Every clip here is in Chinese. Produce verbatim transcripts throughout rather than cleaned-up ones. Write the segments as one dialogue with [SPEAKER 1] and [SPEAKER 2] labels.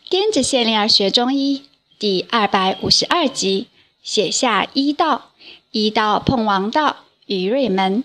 [SPEAKER 1] 跟着谢灵儿学中医第二百五十二集，写下医道，医道碰王道，于瑞门。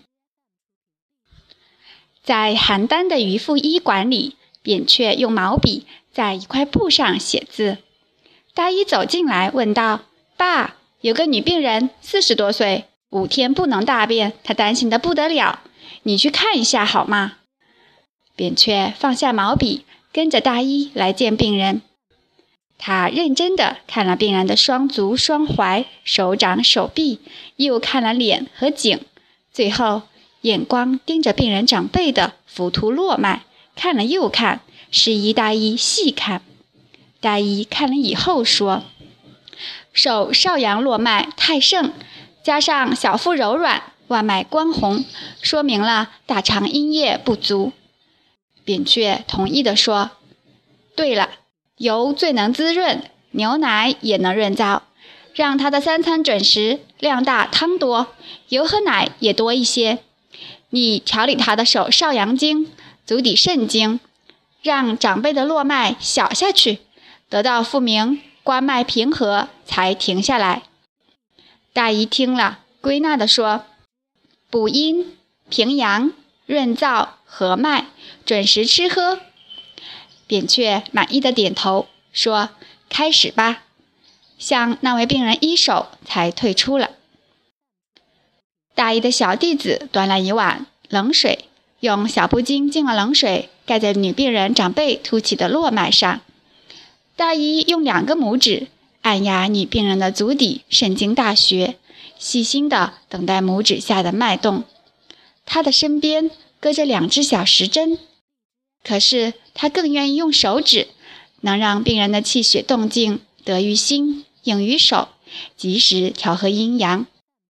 [SPEAKER 1] 在邯郸的渔父医馆里，扁鹊用毛笔在一块布上写字。大医走进来问道：爸，有个女病人四十多岁，五天不能大便，她担心得不得了，你去看一下好吗？扁鹊放下毛笔，跟着大医来见病人。他认真地看了病人的双足、双踝、手掌、手臂，又看了脸和颈，最后眼光盯着病人长背的浮突络脉，看了又看，示意大医细看。大医看了以后说：手少阳络脉太盛，加上小腹柔软，外脉光红，说明了大肠阴液不足。扁鹊同意地说：对了，油最能滋润，牛奶也能润燥，让他的三餐准时，量大汤多，油和奶也多一些。你调理他的手少阳经、足底肾经，让长辈的络脉小下去，得到复明，关脉平和才停下来。大医听了，归纳地说：补阴、平阳、润燥、和脉，准时吃喝。扁鹊满意的点头，说：开始吧。向那位病人医手，才退出了。大医的小弟子端来一碗冷水，用小布巾浸了冷水，盖在女病人长背凸起的络脉上。大医用两个拇指按压女病人的足底肾经大穴，细心地等待拇指下的脉动。他的身边搁着两只小时针，可是他更愿意用手指，能让病人的气血动静得于心，应于手，及时调和阴阳。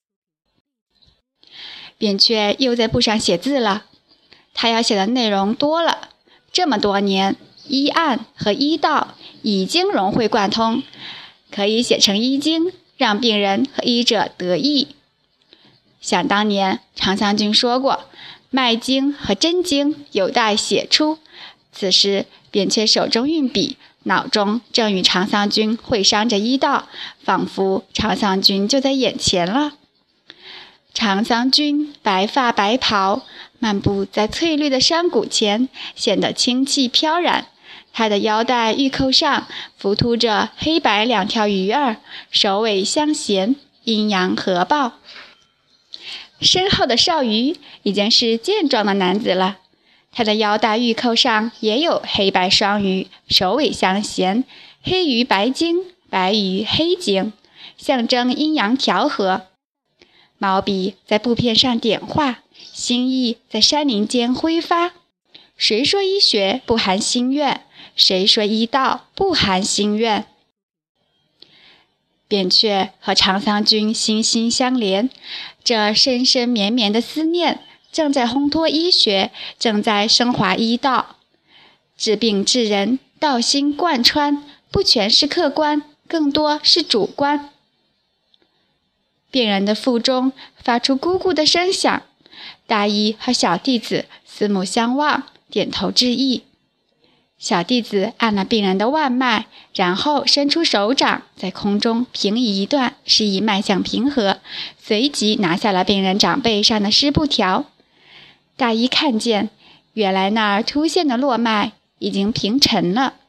[SPEAKER 1] 扁鹊又在布上写字了，他要写的内容多了，这么多年，医案和医道已经融会贯通，可以写成医经，让病人和医者得益。想当年常香君说过，脉经和针经有待写出，此时扁鹊手中运笔，脑中正与常香君会商着医道，仿佛常香君就在眼前了。常香君白发白袍，漫步在翠绿的山谷前，显得清气飘然。他的腰带玉扣上浮凸着黑白两条鱼儿，首尾相衔，阴阳合抱。身后的少鱼已经是健壮的男子了，他的腰带玉扣上也有黑白双鱼，首尾相衔，黑鱼白经，白鱼黑经，象征阴阳调和。毛笔在布片上点画，心意在山林间挥发。谁说医学不含心愿？谁说医道不含心愿？扁鹊和常香君心心相连，这深深绵绵的思念正在烘托医学，正在升华医道。治病治人，道心贯穿，不全是客观，更多是主观。病人的腹中发出咕咕的声响，大医和小弟子四目相望，点头致意。小弟子按了病人的腕脉，然后伸出手掌在空中平移一段，示意脉象平和，随即拿下了病人掌背上的湿布条。大医看见，原来那儿凸现的络脉已经平沉了。